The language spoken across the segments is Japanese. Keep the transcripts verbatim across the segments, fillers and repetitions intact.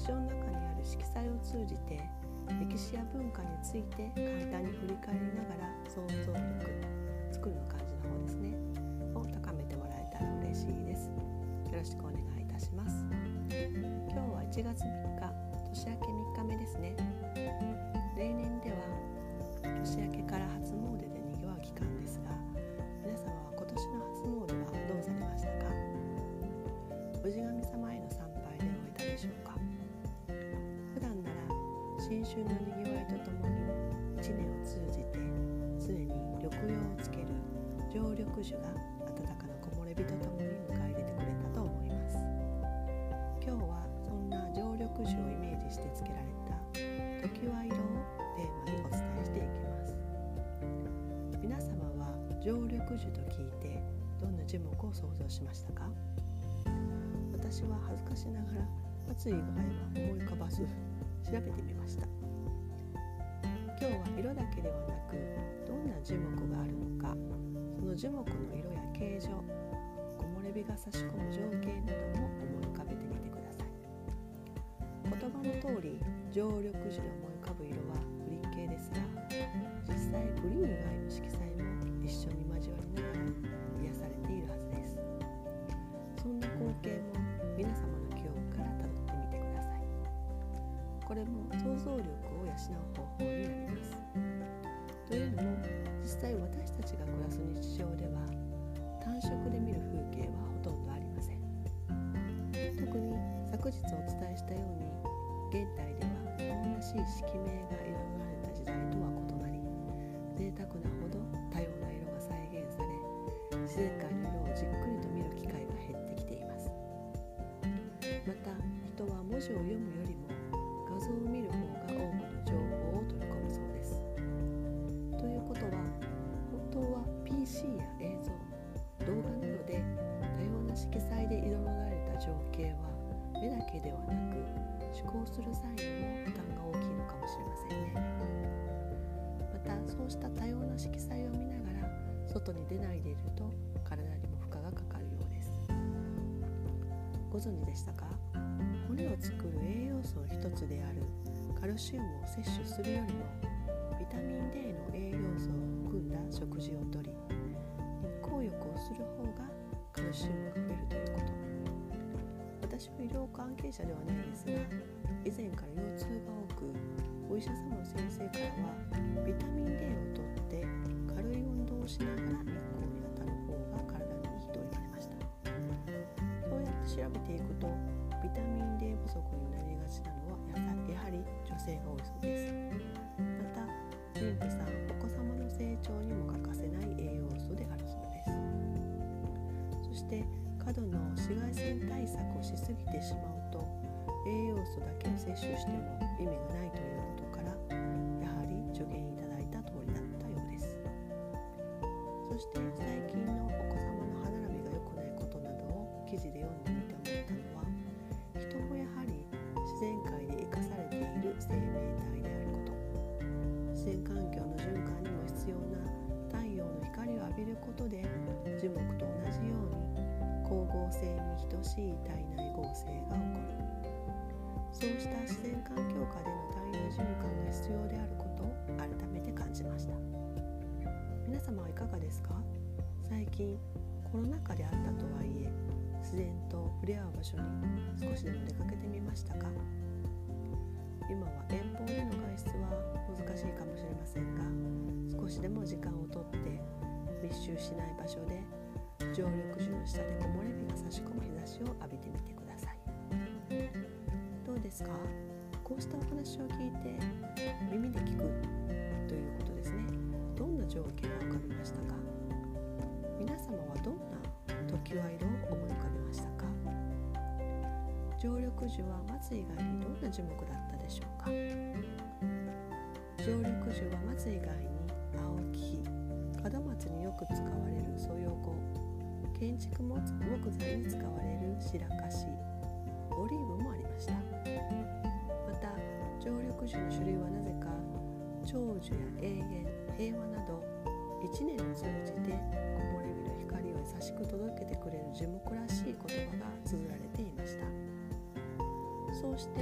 書の中にある色彩を通じて歴史や文化について簡単に振り返りながら想像力、作るの漢字の方ですねを高めてもらえたら嬉しいです。よろしくお願いいたします。今日はいちがつみっか、年明けみっかめですね。例年では年明けから初詣でにぎわう期間ですが、皆様は今年の初詣はどうされましたか？氏神様への参拝で終えたでしょうか？普段なら新春のにぎわいとともにいちねんを通じて常に緑葉をつける常緑樹が暖かな木漏れ日とともに迎え入れてくれたと思います。今日はそんな常緑樹をイメージしてつけられた常盤色をテーマにお伝えしていきます。皆様は常緑樹と聞いてどんな樹木を想像しましたか？私は恥ずかしながら松以外は思い浮かばず調べてみました。今日は色だけではなく、どんな樹木があるのか、その樹木の色や形状、木漏れ日が差し込む情景なども思い浮かべてみてください。言葉の通り、常緑樹で思い浮かぶ色はグリーン系ですが、実際グリーン以外の色彩も一緒に交わりながら癒されているはずです。そんな光景も皆様の記憶からたどってみてください。これも想像力を養う方法になります。というのも、実際私たちが暮らす日常では単色で見る風景はほとんどありません。特に昨日お伝えしたように、現代では日本らしい色名が彩られた時代とは異なり、贅沢なほど多様な色が再現され、自然界の色をじっくりと見る機会が減ってきています。また、人は文字を読むよりも画像を見る方が多くの情報を取り込むそうです。ということは、本当は ピーシー や映像、動画などで多様な色彩で彩られた情景は目だけではなく、思考する際にも負担が大きいのかもしれませんね。また、そうした多様な色彩を見ながら外に出ないでいると体にも負荷がかかるようです。ご存知でしたか？骨を作る栄養素の一つであるカルシウムを摂取するよりも、ビタミン ディー の栄養素を含んだ食事をとり、日光浴をする方がカルシウムが増えるということ。私は医療関係者ではないですが、以前から腰痛が多く、お医者様の先生からはビタミン ディー をとって軽い運動をしながら日光に当たる方が体にいいと言われました。そうやって調べていくと、ビタミン ディー 不足になりがちなのはやはり女性が多いそうです。また、妊婦さん、お子様の成長にも欠かせない栄養素であるそうです。そして過度の紫外線対策をしすぎてしまうと、栄養素だけを摂取しても意味がないということから、やはり助言いただいた通りだったようです。そして最近のお子様の歯並びが良くないことなどを記事で読んでみて思ったのは、人もやはり自然界で生かされている生命体であること、自然環境の循環にも必要な太陽の光を浴びることで、樹木と同じように光合成に等しい体内合成が起こる。そうした自然環境下での体内循環が必要であることを改めて感じました。皆様はいかがですか？最近コロナ禍であったとはいえ、自然と触れ合う場所に少しでも出かけてみましたか？今は遠方での外出は難しいかもしれませんが、少しでも時間をとって密集しない場所で常緑樹の下で木漏れ日が差し込む日差しを浴びてみてください。どうですか？こうしたお話を聞いて耳で聞くということですね。どんな情景が浮かびましたか？皆様はどんな常盤色を思い浮かべましたか？常緑樹は松以外にどんな樹木だったでしょうか？常緑樹は松以外に青木、門松によく使われるそよご、建築木材に使われる白樫、オリーブもありました。また、常緑樹の種類はなぜか長寿や永遠、平和など一年を通じて木漏れ日の光を優しく届けてくれる樹木らしい言葉が綴られていました。そうして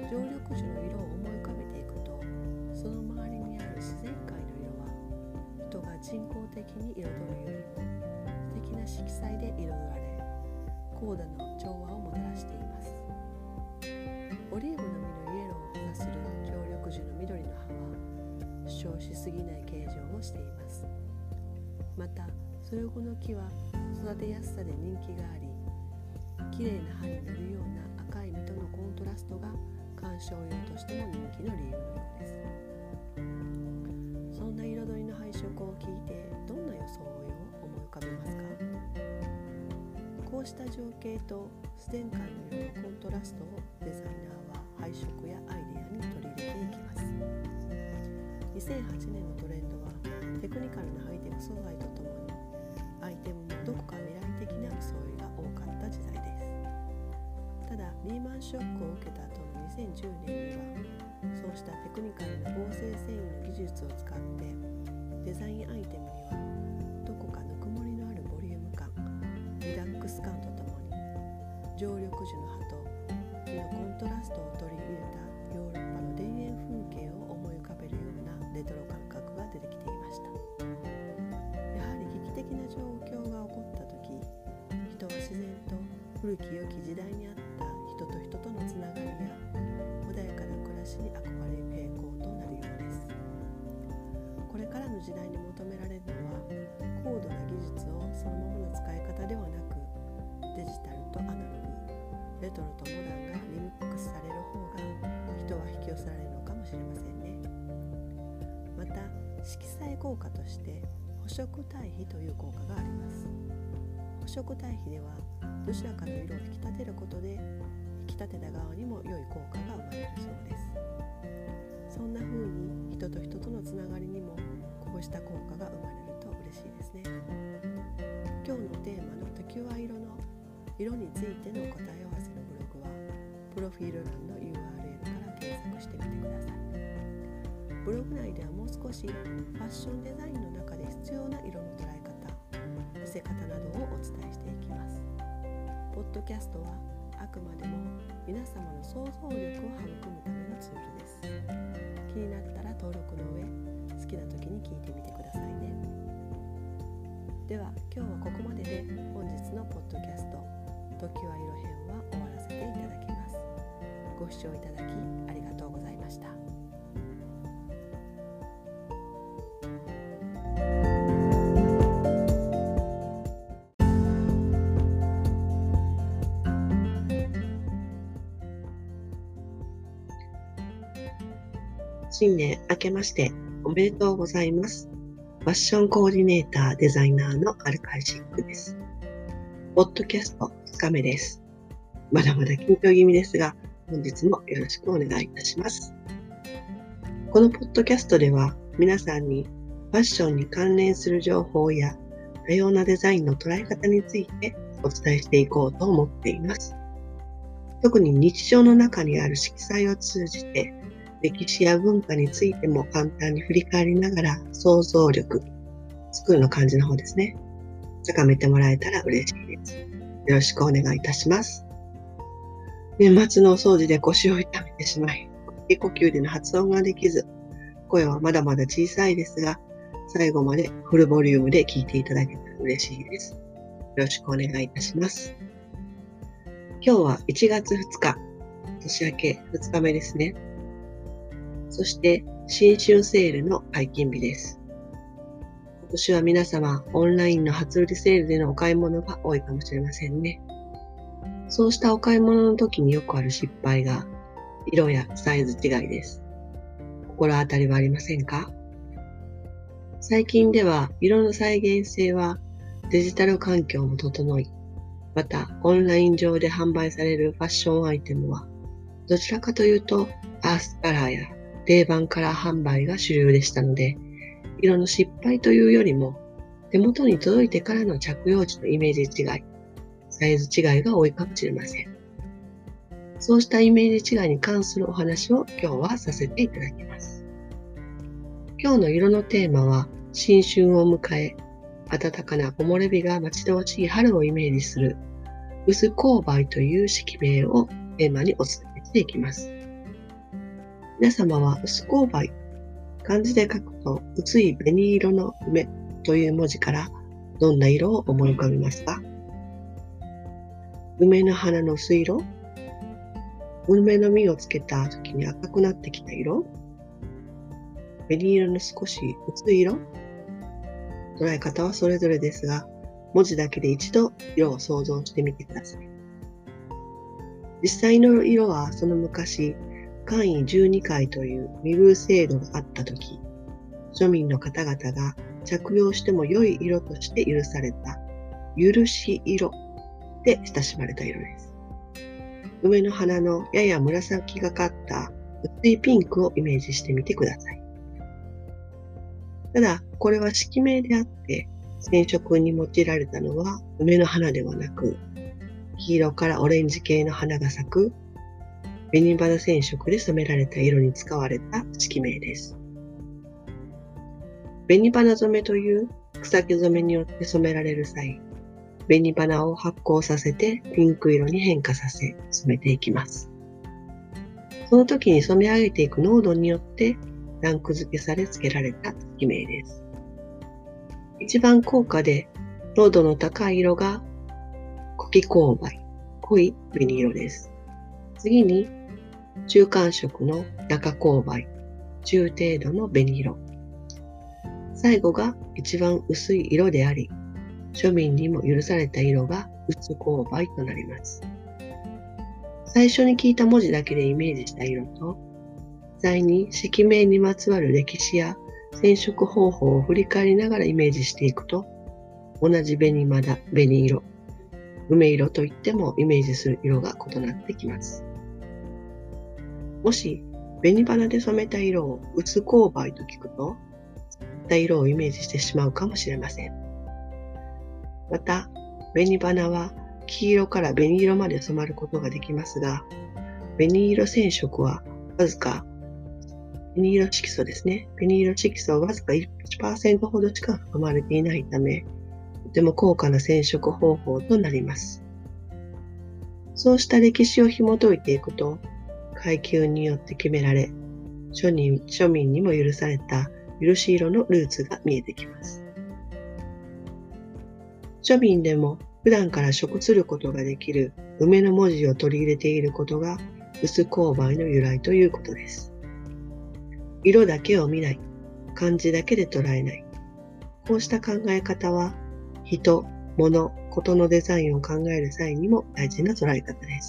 常緑樹の色を思い浮かべていくと、その周りにある自然界の色は人が人工的に彩るよりも素敵な色彩で彩られ、高度な調和をもたらしています。オリーブの実のイエローを指する常緑樹の緑の葉は主張しすぎない形状をしています。またそよごの木は育てやすさで人気があり、きれいな葉になるような赤い実とのコントラストが観賞用としても人気の理由のようです。そんな彩りの配色を聞いてどんな装いを思い浮かべますか？こうした情景と自然界の色のコントラストをデザイナーは配色やアイデアに取り入れていきます。にせんはちねんのトレンドはテクニカルなハイテク素材とともにアイテムもどこか未来的な装いが多かった時代です。ただリーマンショックを受けた後のにせんじゅうねんにはそうしたテクニカルな合成繊維の技術を使ってデザインアイテムにはどこかぬくもりのあるボリューム感、リラックス感とともに常緑樹の葉と木のコントラストを取り入れたヨーロッパの田園風景を思い浮かべるようなレトロ感覚が出てきていました。やはり危機的な状況が起こった時、人は自然と古き良き時代にあった人と人とのつながりや穏やかな暮らしに憧れる傾向となるようです。これからの時代に求められるのは高度な技術をそのままの使い方ではなく、デジタルとアナログ、レトロとモダンがリミックスされる方が人は引き寄せられるのかもしれませんね。また色彩効果として補色対比という効果があります。補色対比ではどちらかの色を引き立てることで引き立てた側にも良い効果が生まれるそうです。そんな風に人と人とのつながりにもこうした効果が生まれると嬉しいですね。今日のテーマの時は色の色についての答え合わせのブログはプロフィール欄の ユーアールエル から検索してみてください。ブログ内ではもう少しファッションデザインの中で必要な色の捉え方、見せ方などをお伝えしていきます。ポッドキャストはあくまでも皆様の想像力を育むためのツールです。気になったら登録の上、好きな時に聞いてみてくださいね。では今日はここまでで本日のポッドキャスト時は色編は終わらせていただきます。ご視聴いただきありがとうございました。 新年明けましておめでとうございます。ファッションコーディネーターデザイナーのアルカイシックです。ポッドキャストふつかめです。まだまだ緊張気味ですが、本日もよろしくお願いいたします。このポッドキャストでは皆さんにファッションに関連する情報や多様なデザインの捉え方についてお伝えしていこうと思っています。特に日常の中にある色彩を通じて歴史や文化についても簡単に振り返りながら想像力、作るの漢字の方ですね、高めてもらえたら嬉しいです。よろしくお願いいたします。年末のお掃除で腰を痛めてしまい、呼吸での発音ができず、声はまだまだ小さいですが、最後までフルボリュームで聞いていただけたら嬉しいです。よろしくお願いいたします。今日はいちがつふつか、年明けふつかめですね。そして新春セールの解禁日です。今年は皆様オンラインの初売りセールでのお買い物が多いかもしれませんね。そうしたお買い物の時によくある失敗が色やサイズ違いです。心当たりはありませんか？最近では色の再現性はデジタル環境も整い、またオンライン上で販売されるファッションアイテムはどちらかというとアースカラーや定番カラー販売が主流でしたので、色の失敗というよりも手元に届いてからの着用時のイメージ違い、サイズ違いが多いかもしれません。そうしたイメージ違いに関するお話を今日はさせていただきます。今日の色のテーマは新春を迎え、暖かな木漏れ日が待ち遠しい春をイメージする薄紅梅という色名をテーマにお伝えしていきます。 皆様は薄紅梅、漢字で書くと薄い紅色の梅という文字からどんな色を思い浮かびますか？梅の花の薄い色？梅の実をつけた時に赤くなってきた色？紅色の少し薄い色？捉え方はそれぞれですが、文字だけで一度色を想像してみてください。実際の色はその昔、簡易じゅうにかいという身分制度があったとき、庶民の方々が着用しても良い色として許された許し色で親しまれた色です。梅の花のやや紫がかった薄いピンクをイメージしてみてください。ただ、これは色名であって、染色に用いられたのは梅の花ではなく、黄色からオレンジ系の花が咲く紅花染色で染められた色に使われた色名です。紅花染めという草木染めによって染められる際、紅花を発酵させてピンク色に変化させ染めていきます。その時に染め上げていく濃度によってランク付けされ付けられた色名です。一番高価で濃度の高い色が濃き紅梅、濃い紅色です。次に中間色の中紅梅、中程度の紅色。最後が一番薄い色であり、庶民にも許された色が薄紅梅となります。最初に聞いた文字だけでイメージした色と、実際に色名にまつわる歴史や染色方法を振り返りながらイメージしていくと、同じ紅花、紅色、梅色といってもイメージする色が異なってきます。もし、紅花で染めた色を薄紅梅と聞くと、そういった色をイメージしてしまうかもしれません。また、紅花は黄色から紅色まで染まることができますが、紅色染色はわずか紅色色素ですね。紅色色素はわずか いちパーセント ほどしか含まれていないため、とても高価な染色方法となります。そうした歴史を紐解いていくと、階級によって決められ、庶民、庶民にも許された許し色のルーツが見えてきます。庶民でも普段から食することができる梅の文字を取り入れていることが薄紅梅の由来ということです。色だけを見ない、漢字だけで捉えない。こうした考え方は、人、物、ことのデザインを考える際にも大事な捉え方です。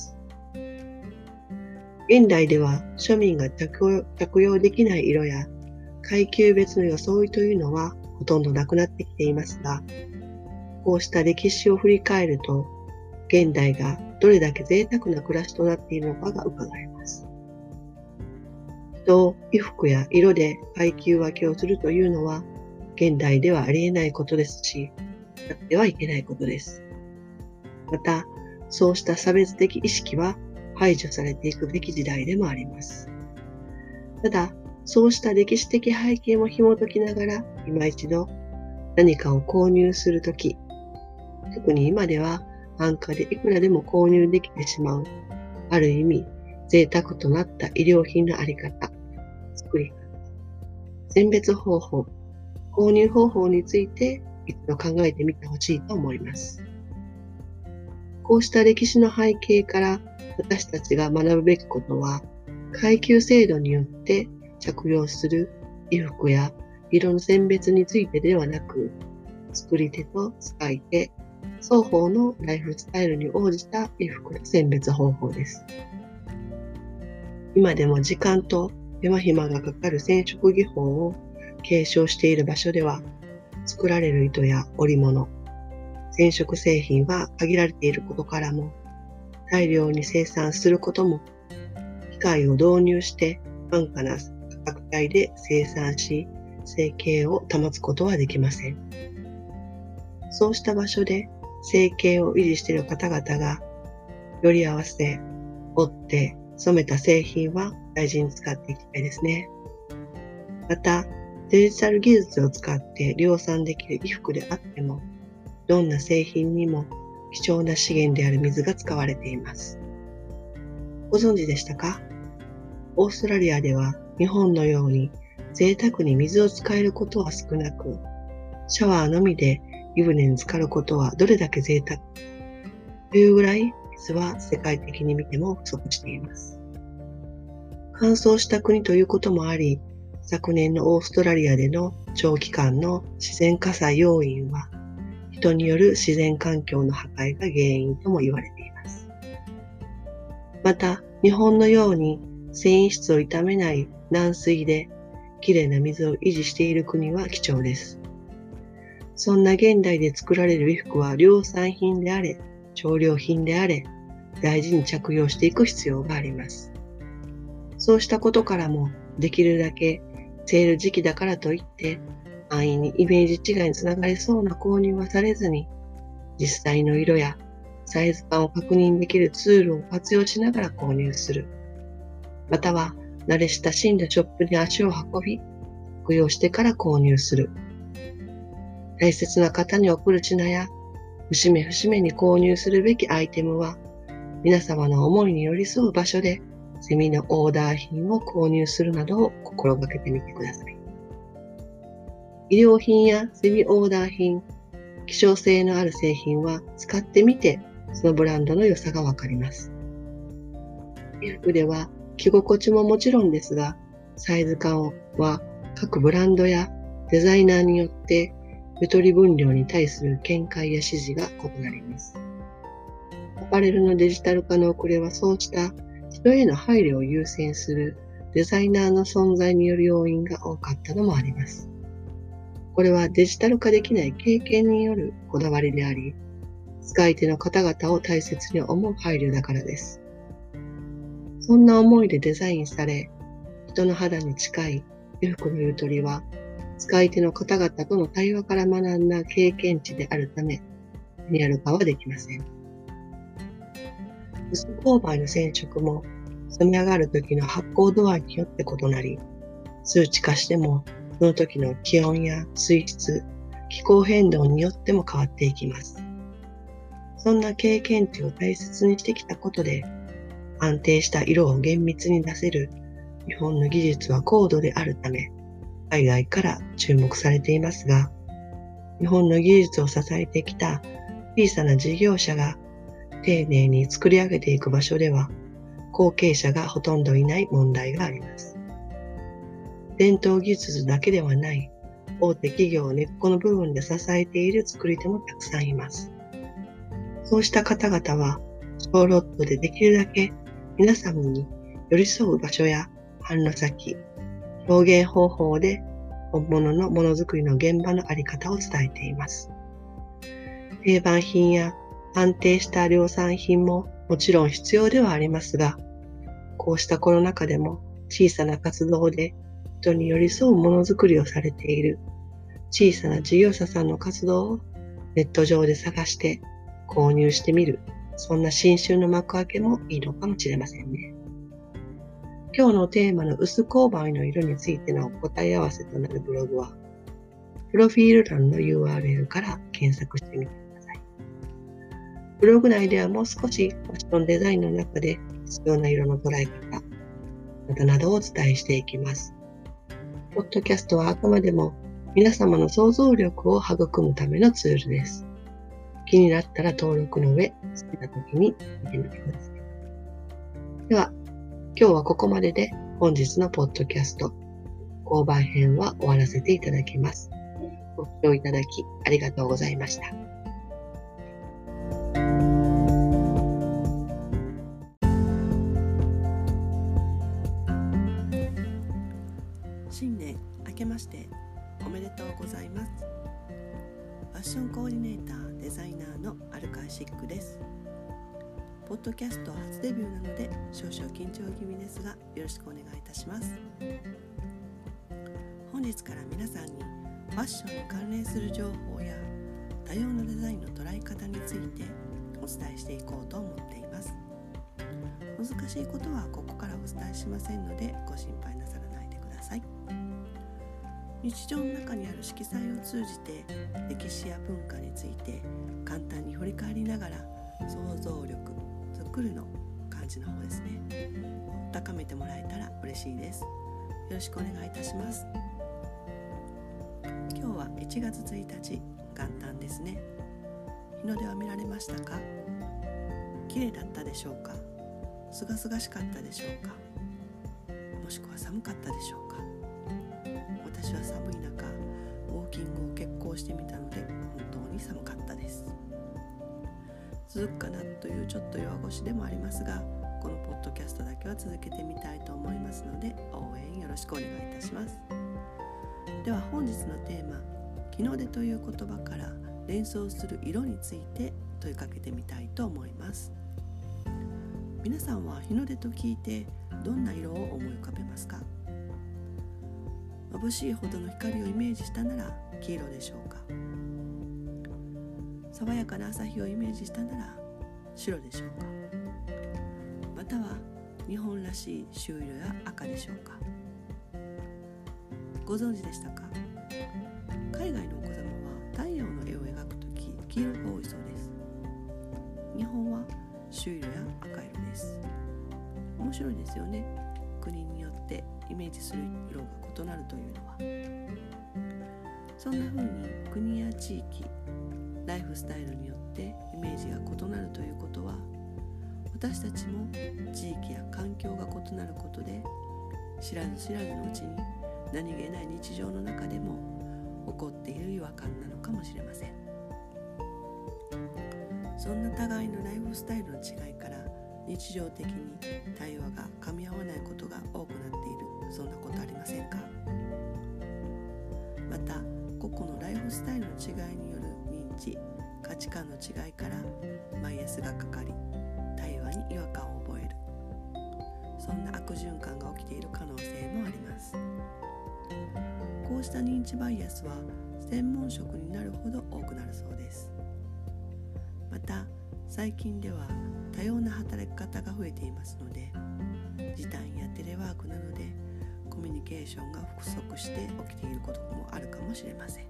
現代では庶民が着用、着用できない色や階級別の装いというのはほとんどなくなってきていますが、こうした歴史を振り返ると、現代がどれだけ贅沢な暮らしとなっているのかが伺えます。人を衣服や色で階級分けをするというのは、現代ではありえないことですし、やってはいけないことです。また、そうした差別的意識は排除されていくべき時代でもあります。ただ、そうした歴史的背景も紐解きながら、今一度何かを購入するとき、特に今では安価でいくらでも購入できてしまう、ある意味贅沢となった衣料品のあり方、作り方、選別方法、購入方法について一度考えてみてほしいと思います。こうした歴史の背景から私たちが学ぶべきことは、階級制度によって着用する衣服や色の選別についてではなく、作り手と使い手、双方のライフスタイルに応じた衣服の選別方法です。今でも時間と手間暇がかかる染色技法を継承している場所では、作られる糸や織物、染色製品は限られていることからも、大量に生産することも、機械を導入して安価な価格帯で生産し、生計を保つことはできません。そうした場所で生計を維持している方々が、より合わせ、織って染めた製品は大事に使っていきたいですね。また、デジタル技術を使って量産できる衣服であっても、どんな製品にも貴重な資源である水が使われています。ご存知でしたか？ オーストラリアでは日本のように贅沢に水を使えることは少なく、シャワーのみで湯船に浸かることはどれだけ贅沢というぐらい水は世界的に見ても不足しています。乾燥した国ということもあり、昨年のオーストラリアでの長期間の自然火災要因は、人による自然環境の破壊が原因とも言われています。また、日本のように繊維質を傷めない軟水できれいな水を維持している国は貴重です。そんな現代で作られる衣服は量産品であれ、少量品であれ、大事に着用していく必要があります。そうしたことからも、できるだけセール時期だからといって、安易にイメージ違いにつながりそうな購入はされずに、実際の色やサイズ感を確認できるツールを活用しながら購入する。または、慣れ親しんだショップに足を運び、服用してから購入する。大切な方に贈る品や、節目節目に購入するべきアイテムは、皆様の思いに寄り添う場所で、セミのオーダー品を購入するなどを心がけてみてください。医療品やセミオーダー品、希少性のある製品は使ってみて、そのブランドの良さがわかります。衣服では着心地ももちろんですが、サイズ感は各ブランドやデザイナーによってゆとり分量に対する見解や指示が異なります。アパレルのデジタル化の遅れはそうした人への配慮を優先するデザイナーの存在による要因が多かったのもあります。これはデジタル化できない経験によるこだわりであり、使い手の方々を大切に思う配慮だからです。そんな思いでデザインされ、人の肌に近い衣服のゆとりは、使い手の方々との対話から学んだ経験値であるため、マニュアル化はできません。薄勾配の染色も、染め上がる時の発酵度合いによって異なり、数値化しても、その時の気温や水質、気候変動によっても変わっていきます。そんな経験値を大切にしてきたことで、安定した色を厳密に出せる日本の技術は高度であるため、海外から注目されていますが、日本の技術を支えてきた小さな事業者が丁寧に作り上げていく場所では、後継者がほとんどいない問題があります。伝統技術だけではない大手企業を根っこの部分で支えている作り手もたくさんいます。そうした方々は、小ロットでできるだけ皆様に寄り添う場所や販路先、表現方法で本物のものづくりの現場のあり方を伝えています。定番品や安定した量産品ももちろん必要ではありますが、こうしたコロナ禍でも小さな活動で人に寄り添うものづくりをされている小さな事業者さんの活動をネット上で探して購入してみる、そんな新春の幕開けもいいのかもしれませんね。今日のテーマの薄勾配の色についての答え合わせとなるブログは、プロフィール欄の ユーアールエル から検索してみてください。ブログ内ではもう少しファッションデザインの中で必要な色の捉え方、などなどをお伝えしていきます。ポッドキャストはあくまでも皆様の想像力を育むためのツールです。気になったら登録の上、好きな時に見てみてください。では、今日はここまでで本日のポッドキャスト、購買編は終わらせていただきます。ご視聴いただきありがとうございました。 新年明けましておめでとうございます。ファッションコーディネーターデザイナーのアルカイシックです。ポッドキャスト初デビューなので少々緊張気味ですが、よろしくお願いいたします。本日から皆さんにファッションに関連する情報や多様なデザインの捉え方についてお伝えしていこうと思っています。難しいことはここからお伝えしませんのでご心配なさらないでください。日常の中にある色彩を通じて歴史や文化について簡単に振り返りながら想像力、作るの漢字の方ですね、 高めてもらえたら嬉しいです。よろしくお願いいたします。今日はいちがつついたち、元旦ですね。日の出は見られましたか？綺麗だったでしょうか？すがすがしかったでしょうか？もしくは寒かったでしょうか？私は寒い中ウォーキングを決行してみたので本当に寒かったです。続くかなというちょっと弱腰でもありますが、このポッドキャストだけは続けてみたいと思いますので、応援よろしくお願いいたします。では本日のテーマ、日の出という言葉から連想する色について問いかけてみたいと思います。皆さんは日の出と聞いてどんな色を思い浮かべますか？眩しいほどの光をイメージしたなら黄色でしょうか？爽やかな朝日をイメージしたなら白でしょうか？または日本らしい朱色や赤でしょうか？ご存知でしたか？海外のお子様は太陽の絵を描くとき黄色が多いそうです。日本は朱色や赤色です。面白いですよね。国によってイメージする色が異なるというのは。そんな風に国や地域、ライフスタイルによってイメージが異なるということは、私たちも地域や環境が異なることで、知らず知らずのうちに何気ない日常の中でも起こっている違和感なのかもしれません。そんな互いのライフスタイルの違いから日常的に対話が噛み合わないことが多くなっている、そんなことありませんか？また個々のライフスタイルの違いによる認知、価値観の違いからバイアスがかかり、対話に違和感を覚える、そんな悪循環が起きている可能性もあります。こうした認知バイアスは専門職になるほど多くなるそうです。また最近では多様な働き方が増えていますので、時短やテレワークなどでコミュニケーションが不足して起きていることもあるかもしれません。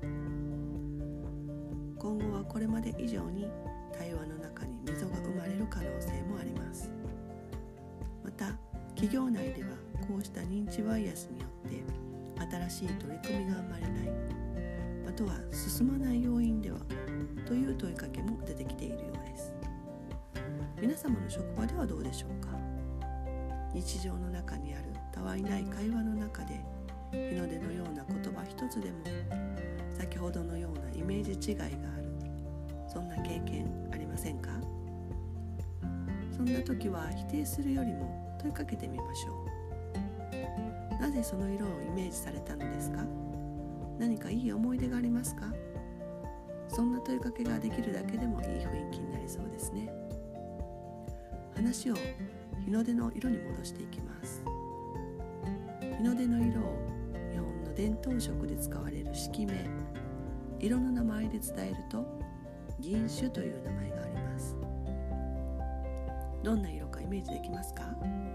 今後はこれまで以上に対話の中に溝が生まれる可能性もあります。また企業内ではこうした認知バイアスによって新しい取り組みが生まれない、または進まない要因ではという問いかけも出てきているようです。皆様の職場ではどうでしょうか？日常の中にあるたわいない会話の中で日の出のような言葉一つでも先ほどのようなイメージ違いがある、そんな経験ありませんか？そんな時は否定するよりも問いかけてみましょう。なぜその色をイメージされたのですか？何かいい思い出がありますか？そんな問いかけができるだけでもいい雰囲気になりそうですね。話を日の出の色に戻していきます。日の出の色を日本の伝統色で使われる色名、色の名前で伝えると銀種という名前があります。どんな色かイメージできますか？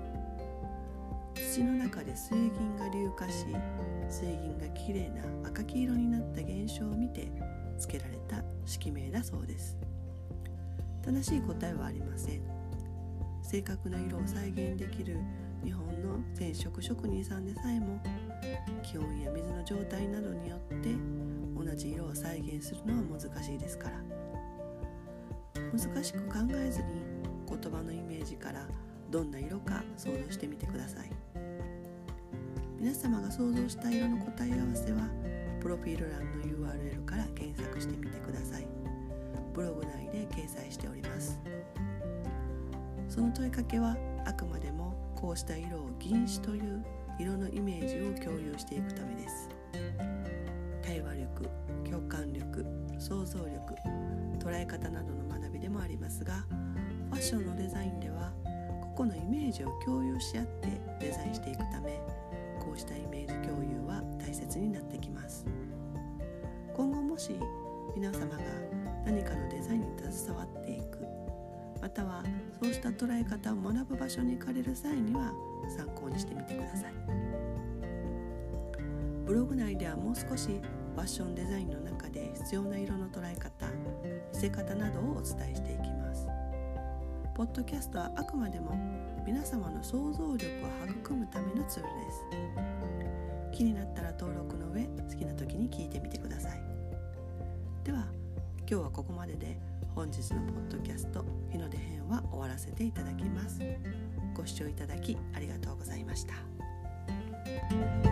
土の中で水銀が硫化し、水銀がきれいな赤黄色になった現象を見て付けられた色名だそうです。正しい答えはありません。正確な色を再現できる日本の染色職人さんでさえも、気温や水の状態などによって同じ色を再現するのは難しいですから、難しく考えずに言葉のイメージからどんな色か想像してみてください。皆様が想像した色の答え合わせはプロフィール欄の ユーアールエル から検索してみてください。ブログ内で掲載しております。その問いかけはあくまでもこうした色を銀種という色のイメージを共有していくためです。対話力、共感力、想像力、捉え方などの学びでもありますが、ファッションのデザインでは個々のイメージを共有し合ってデザインしていくため、こうしたイメージ共有は大切になってきます。今後もし皆様が何かのデザインに携わっていく、またはそうした捉え方を学ぶ場所に行かれる際には参考にしてみてください。ブログ内ではもう少しファッションデザインの中で必要な色の捉え方、見せ方などをお伝えしていきます。ポポッドキャストはあくまでも皆様の想像力を育むためのツールです。気になったら登録の上、好きな時に聞いてみてください。では今日はここまでで本日のポッドキャスト日の出編は終わらせていただきます。ご視聴いただきありがとうございました。